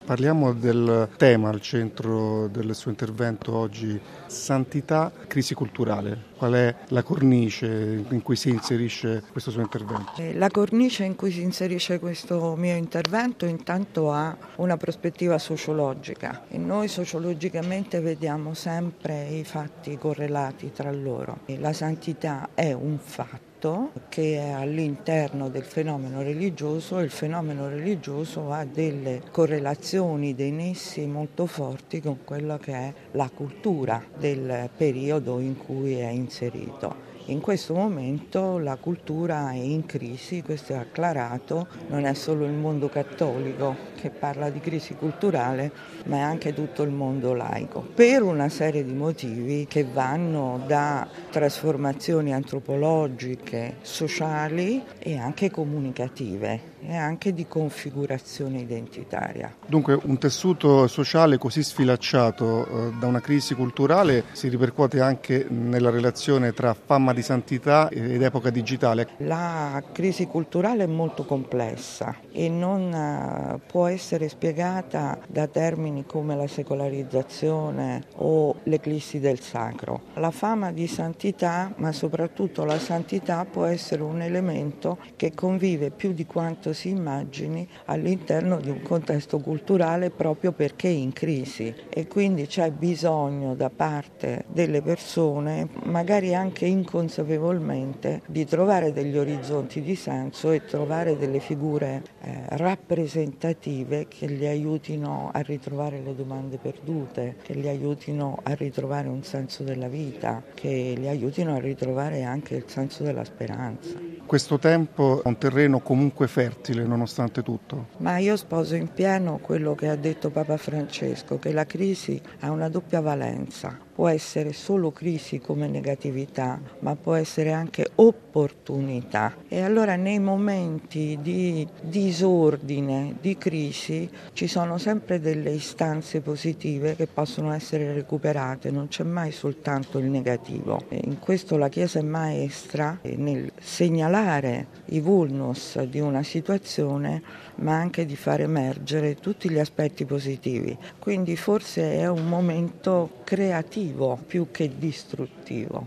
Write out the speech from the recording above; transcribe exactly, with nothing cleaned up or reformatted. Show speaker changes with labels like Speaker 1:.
Speaker 1: Parliamo del tema al centro del suo intervento oggi, santità, crisi culturale. Qual è la cornice in cui si inserisce questo suo intervento?
Speaker 2: La cornice in cui si inserisce questo mio intervento intanto ha una prospettiva sociologica e noi sociologicamente vediamo sempre i fatti correlati tra loro. La santità è un fatto che è all'interno del fenomeno religioso e il fenomeno religioso ha delle correlazioni, dei nessi molto forti con quella che è la cultura del periodo in cui è inserito. In questo momento la cultura è in crisi, questo è acclarato, non è solo il mondo cattolico che parla di crisi culturale, ma è anche tutto il mondo laico, per una serie di motivi che vanno da trasformazioni antropologiche, sociali e anche comunicative e anche di configurazione identitaria.
Speaker 1: Dunque un tessuto sociale così sfilacciato eh, da una crisi culturale si ripercuote anche nella relazione tra fama di santità ed epoca digitale.
Speaker 2: La crisi culturale è molto complessa e non uh, può essere spiegata da termini come la secolarizzazione o l'eclissi del sacro. La fama di santità, ma soprattutto la santità, può essere un elemento che convive più di quanto si immagini all'interno di un contesto culturale proprio perché è in crisi e quindi c'è bisogno da parte delle persone, magari anche inconsapevolmente, di trovare degli orizzonti di senso e trovare delle figure eh, rappresentative che li aiutino a ritrovare le domande perdute, che li aiutino a ritrovare un senso della vita, che li aiutino a ritrovare anche il senso della speranza.
Speaker 1: Questo tempo è un terreno comunque fertile nonostante tutto.
Speaker 2: Ma io sposo in pieno quello che ha detto Papa Francesco, che la crisi ha una doppia valenza. Può essere solo crisi come negatività, ma può essere anche opportunità. E allora nei momenti di disordine, di crisi, ci sono sempre delle istanze positive che possono essere recuperate, non c'è mai soltanto il negativo. E in questo la Chiesa è maestra nel segnalare i vulnus di una situazione, ma anche di far emergere tutti gli aspetti positivi. Quindi forse è un momento creativo più che distruttivo.